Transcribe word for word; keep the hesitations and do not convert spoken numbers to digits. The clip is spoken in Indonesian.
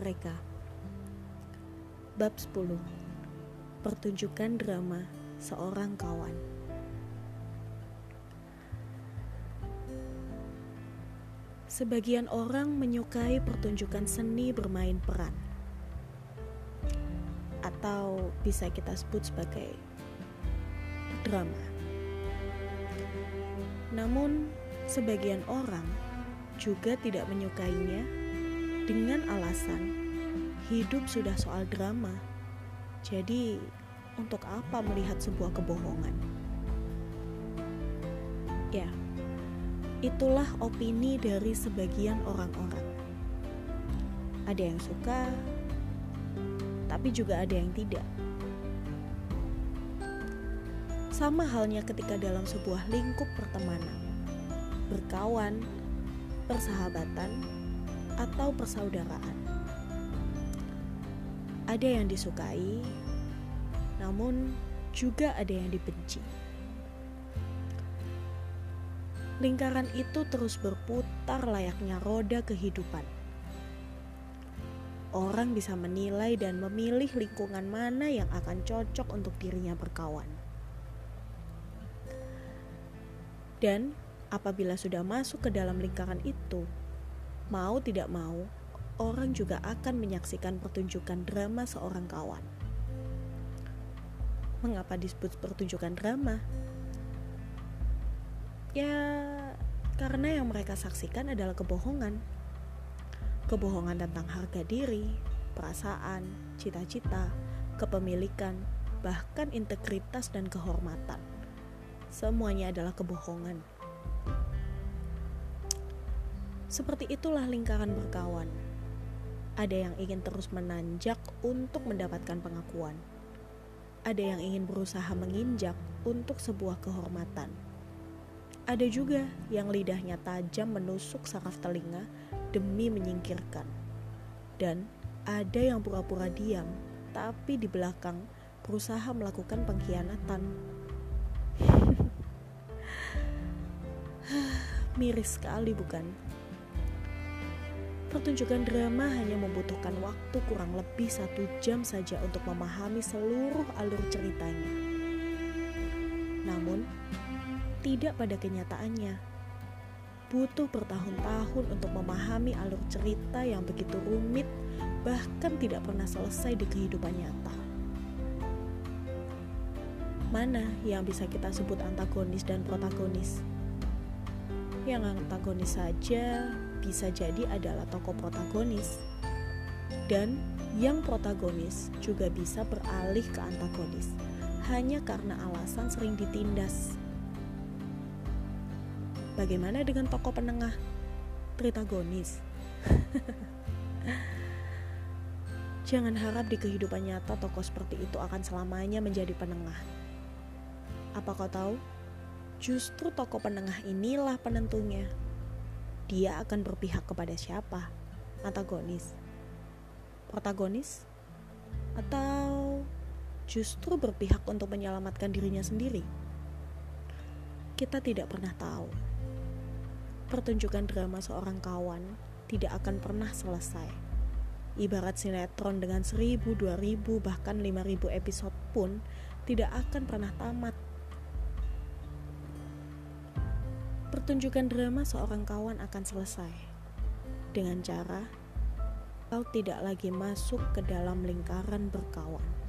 mereka. Bab sepuluh. Pertunjukan drama seorang kawan. Sebagian orang menyukai pertunjukan seni bermain peran, atau bisa kita sebut sebagai drama. Namun, sebagian orang juga tidak menyukainya dengan alasan hidup sudah soal drama. Jadi, untuk apa melihat sebuah kebohongan? Ya, itulah opini dari sebagian orang-orang. Ada yang suka, tapi juga ada yang tidak. Sama halnya ketika dalam sebuah lingkup pertemanan, berkawan, persahabatan, atau persaudaraan. Ada yang disukai, namun juga ada yang dibenci. Lingkaran itu terus berputar layaknya roda kehidupan. Orang bisa menilai dan memilih lingkungan mana yang akan cocok untuk dirinya berkawan. Dan apabila sudah masuk ke dalam lingkaran itu, mau tidak mau, orang juga akan menyaksikan pertunjukan drama seorang kawan. Mengapa disebut pertunjukan drama? Ya, karena yang mereka saksikan adalah kebohongan. Kebohongan tentang harga diri, perasaan, cita-cita, kepemilikan, bahkan integritas dan kehormatan. Semuanya adalah kebohongan. Seperti itulah lingkaran berkawan. Ada yang ingin terus menanjak untuk mendapatkan pengakuan. Ada yang ingin berusaha menginjak untuk sebuah kehormatan. Ada juga yang lidahnya tajam menusuk saraf telinga demi menyingkirkan. Dan ada yang pura-pura diam, tapi di belakang berusaha melakukan pengkhianatan. Miris sekali, bukan? Pertunjukan drama hanya membutuhkan waktu kurang lebih satu jam saja untuk memahami seluruh alur ceritanya. Namun, tidak pada kenyataannya. Butuh bertahun-tahun untuk memahami alur cerita yang begitu rumit, bahkan tidak pernah selesai di kehidupan nyata. Mana yang bisa kita sebut antagonis dan protagonis? Yang antagonis saja bisa jadi adalah tokoh protagonis. Dan yang protagonis juga bisa beralih ke antagonis, hanya karena alasan sering ditindas. Bagaimana dengan tokoh penengah, tritagonis? Jangan harap di kehidupan nyata tokoh seperti itu akan selamanya menjadi penengah. Apa kau tahu? Justru tokoh penengah inilah penentunya. Dia akan berpihak kepada siapa? Antagonis? Protagonis? Atau justru berpihak untuk menyelamatkan dirinya sendiri? Kita tidak pernah tahu. Pertunjukan drama seorang kawan tidak akan pernah selesai. Ibarat sinetron dengan seribu, dua ribu, bahkan lima ribu episode pun tidak akan pernah tamat. Pertunjukan drama seorang kawan akan selesai dengan cara kau tidak lagi masuk ke dalam lingkaran berkawan.